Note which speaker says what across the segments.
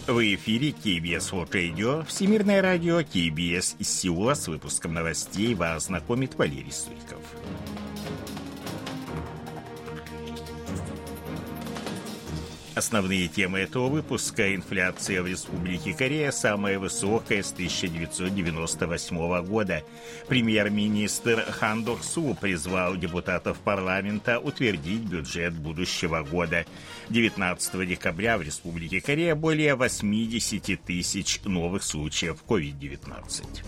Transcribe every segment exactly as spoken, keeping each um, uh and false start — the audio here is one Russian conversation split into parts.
Speaker 1: В эфире кей би эс World Radio, Всемирное радио кей би эс из Сеула. С выпуском новостей вас знакомит Валерий Суриков. Основные темы этого выпуска. Инфляция в Республике Корея самая высокая с тысяча девятьсот девяносто восьмого года. Премьер-министр Хан Док-су призвал депутатов парламента утвердить бюджет будущего года. девятнадцатого декабря в Республике Корея более восемьдесят тысяч новых случаев ковид девятнадцать.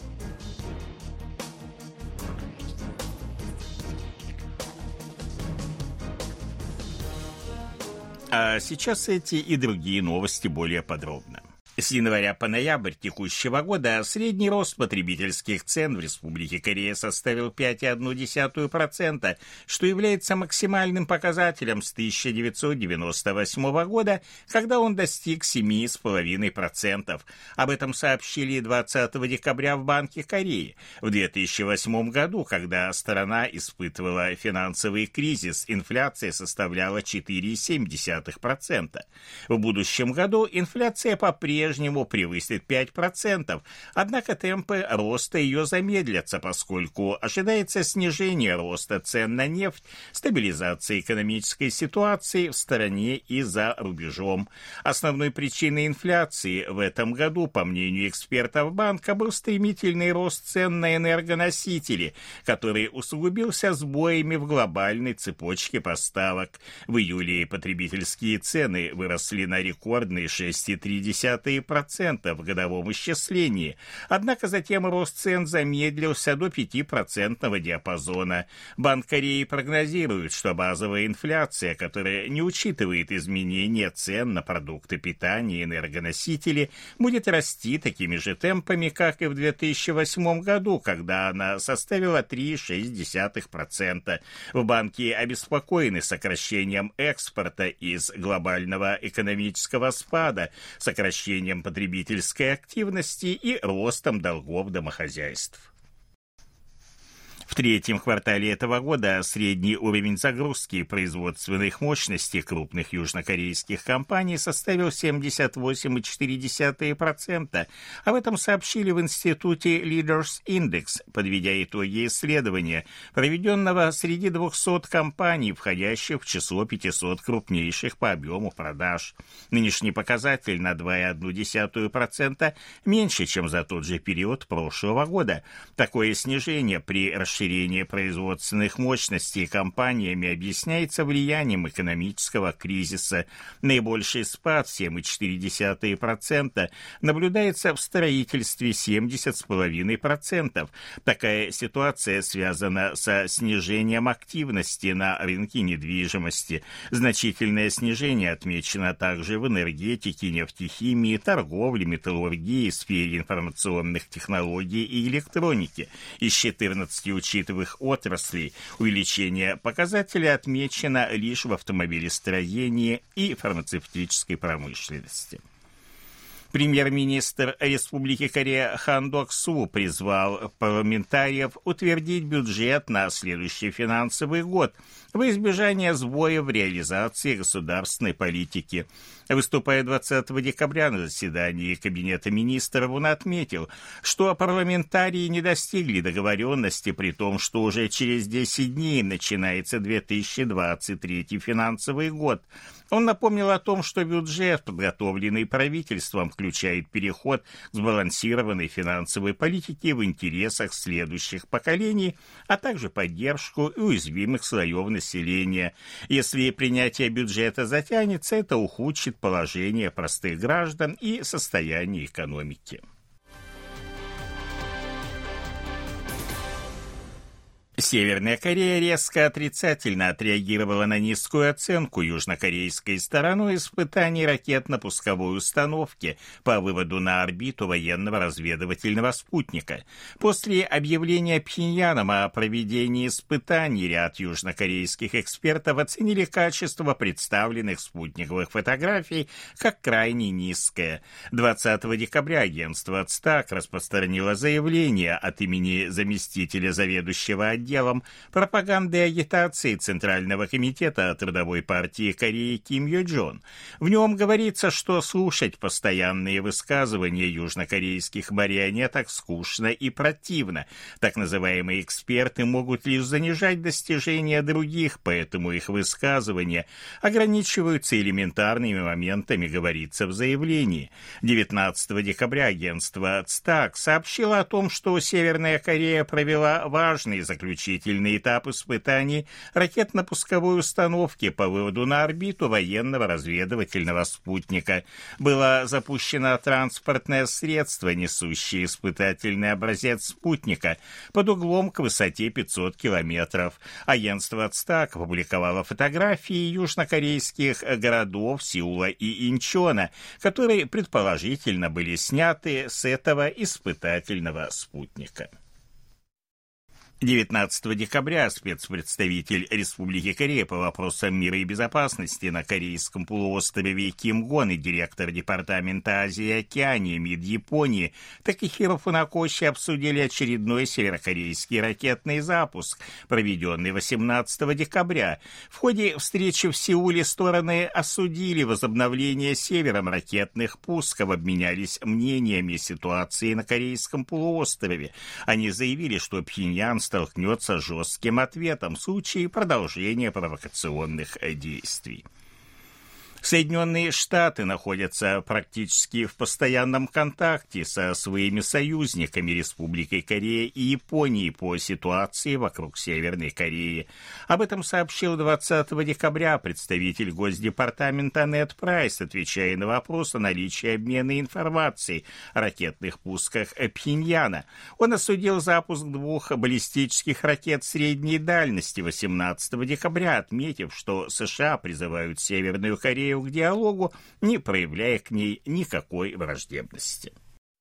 Speaker 1: А сейчас эти и другие новости более подробно. С января по ноябрь текущего года средний рост потребительских цен в Республике Корея составил пять целых одну десятую процента, что является максимальным показателем с тысяча девятьсот девяносто восьмого года, когда он достиг семь целых пять десятых процента. Об этом сообщили двадцатого декабря в Банке Кореи. В две тысячи восьмом году, когда страна испытывала финансовый кризис, инфляция составляла четыре целых семь десятых процента. В будущем году инфляция по-прежнему по-прежнему превысит пять процентов, однако темпы роста ее замедлятся, поскольку ожидается снижение роста цен на нефть, стабилизация экономической ситуации в стране и за рубежом. Основной причиной инфляции в этом году, по мнению экспертов банка, был стремительный рост цен на энергоносители, который усугубился сбоями в глобальной цепочке поставок. В июле потребительские цены выросли на рекордные шесть целых три десятых процента в годовом исчислении, однако затем рост цен замедлился до пятипроцентного диапазона. Банк Кореи прогнозирует, что базовая инфляция, которая не учитывает изменения цен на продукты питания и энергоносители, будет расти такими же темпами, как и в две тысячи восьмом году, когда она составила три целых шесть десятых процента. В банке обеспокоены сокращением экспорта из глобального экономического спада, сокращением потребительской активности и ростом долгов домохозяйств. В третьем квартале этого года средний уровень загрузки производственных мощностей крупных южнокорейских компаний составил семьдесят восемь целых четыре десятых процента. Об этом сообщили в институте Leaders Index, подведя итоги исследования, проведенного среди двухсот компаний, входящих в число пятисот крупнейших по объему продаж. Нынешний показатель на два целых одну десятую процента меньше, чем за тот же период прошлого года. Такое снижение при расширении Расширение производственных мощностей компаниями объясняется влиянием экономического кризиса. Наибольший спад, семь целых четыре десятых процента, наблюдается в строительстве, семьдесят целых пять десятых процента. Такая ситуация связана со снижением активности на рынке недвижимости. Значительное снижение отмечено также в энергетике, нефтехимии, торговле, металлургии, сфере информационных технологий и электроники. Из четырнадцати участников учитывых отраслей увеличение показателя отмечено лишь в автомобилестроении и фармацевтической промышленности. Премьер-министр Республики Корея Хан Док-су призвал парламентариев утвердить бюджет на следующий финансовый год во избежание сбоя в реализации государственной политики. Выступая двадцатого декабря на заседании Кабинета министров, он отметил, что парламентарии не достигли договоренности, при том, что уже через десять дней начинается две тысячи двадцать третий финансовый год. Он напомнил о том, что бюджет, подготовленный правительством, включает переход к сбалансированной финансовой политике в интересах следующих поколений, а также поддержку уязвимых слоев населения. Если принятие бюджета затянется, это ухудшит положение простых граждан и состояние экономики. Северная Корея резко отрицательно отреагировала на низкую оценку южнокорейской стороной испытаний ракетно-пусковой установки по выводу на орбиту военного разведывательного спутника. После объявления Пхеньяном о проведении испытаний ряд южнокорейских экспертов оценили качество представленных спутниковых фотографий как крайне низкое. двадцатого декабря агентство ЦТАК распространило заявление от имени заместителя заведующего отделом отделом пропаганды и агитации Центрального комитета Трудовой партии Кореи Ким Йо Джон. В нем говорится, что слушать постоянные высказывания южнокорейских марионеток скучно и противно. Так называемые эксперты могут лишь занижать достижения других, поэтому их высказывания ограничиваются элементарными моментами, говорится в заявлении. девятнадцатого декабря агентство ЦТАК сообщило о том, что Северная Корея провела важный заключительный этап испытаний ракетно-пусковой установки по выводу на орбиту военного разведывательного спутника. Было запущено транспортное средство, несущее испытательный образец спутника под углом к высоте пятьсот километров. Агентство ЦТАК опубликовало фотографии южнокорейских городов Сеула и Инчона, которые предположительно были сняты с этого испытательного спутника. девятнадцатого декабря спецпредставитель Республики Корея по вопросам мира и безопасности на Корейском полуострове Ким Гон и директор Департамента Азии и Океании МИД Японии Такехиро Фунакоши обсудили очередной северокорейский ракетный запуск, проведенный восемнадцатого декабря. В ходе встречи в Сеуле стороны осудили возобновление севером ракетных пусков, обменялись мнениями ситуации на Корейском полуострове. Они заявили, что Пхеньян столкнется с жестким ответом в случае продолжения провокационных действий. Соединенные Штаты находятся практически в постоянном контакте со своими союзниками Республикой Корея и Японией по ситуации вокруг Северной Кореи. Об этом сообщил двадцатого декабря представитель Госдепартамента Нед Прайс, отвечая на вопрос о наличии обмена информацией о ракетных пусках Пхеньяна. Он осудил запуск двух баллистических ракет средней дальности восемнадцатого декабря, отметив, что США призывают Северную Корею к диалогу, не проявляя к ней никакой враждебности.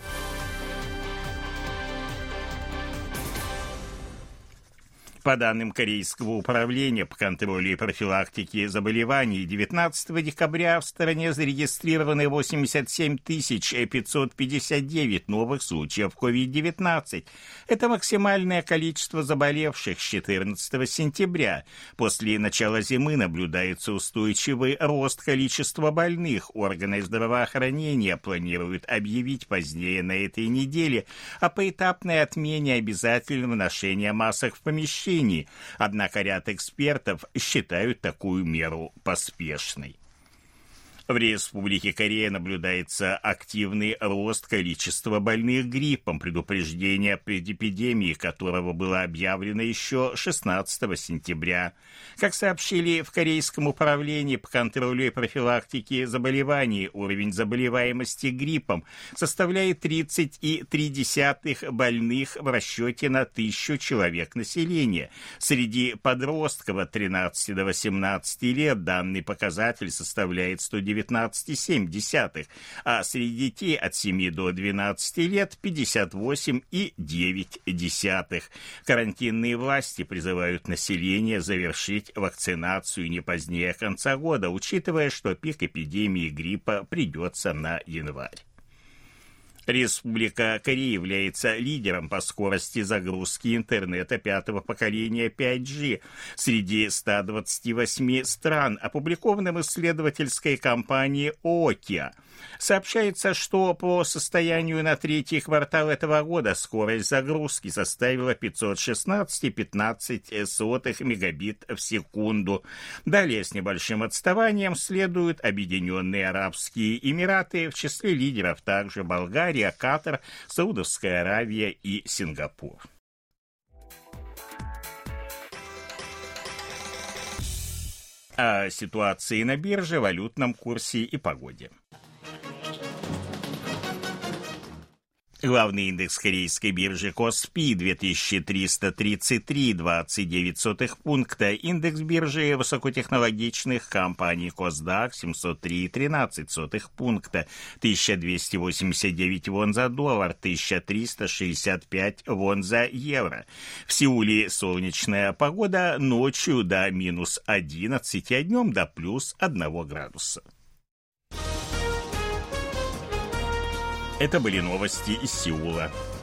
Speaker 1: По данным Корейского управления по контролю и профилактике заболеваний, девятнадцатого декабря в стране зарегистрированы восемьдесят семь тысяч пятьсот пятьдесят девять новых случаев ковид девятнадцать. Это максимальное количество заболевших с четырнадцатого сентября. После начала зимы наблюдается устойчивый рост количества больных. Органы здравоохранения планируют объявить позднее на этой неделе о поэтапной отмене обязательного ношения масок в помещении. Однако ряд экспертов считают такую меру поспешной. В Республике Корея наблюдается активный рост количества больных гриппом, предупреждение об эпидемии которого было объявлено еще шестнадцатого сентября. Как сообщили в Корейском управлении по контролю и профилактике заболеваний, уровень заболеваемости гриппом составляет тридцать целых три десятых больных в расчете на тысячу человек населения. Среди подростков от тринадцати до восемнадцати лет данный показатель составляет сто девяносто девятнадцать целых семь десятых, а среди детей от семи до двенадцати лет пятьдесят восемь целых девять десятых. Карантинные власти призывают население завершить вакцинацию не позднее конца года, учитывая, что пик эпидемии гриппа придется на январь. Республика Корея является лидером по скорости загрузки интернета пятого поколения пять джи среди ста двадцати восьми стран, опубликованным исследовательской компанией Окия. Сообщается, что по состоянию на третий квартал этого года скорость загрузки составила пятьсот шестнадцать целых пятнадцать сотых мегабит в секунду. Далее с небольшим отставанием следуют Объединенные Арабские Эмираты, в числе лидеров также Болгария, Катар, Саудовская Аравия и Сингапур. О ситуации на бирже, валютном курсе и погоде. Главный индекс корейской биржи Коспи две тысячи триста тридцать три целых двадцать девять сотых пункта, индекс биржи высокотехнологичных компаний Косдак семьсот три целых тринадцать сотых пункта, тысяча двести восемьдесят девять вон за доллар, тысяча триста шестьдесят пять вон за евро. В Сеуле солнечная погода, ночью до минус одиннадцати, а днем до плюс одного градуса. Это были новости из Сеула.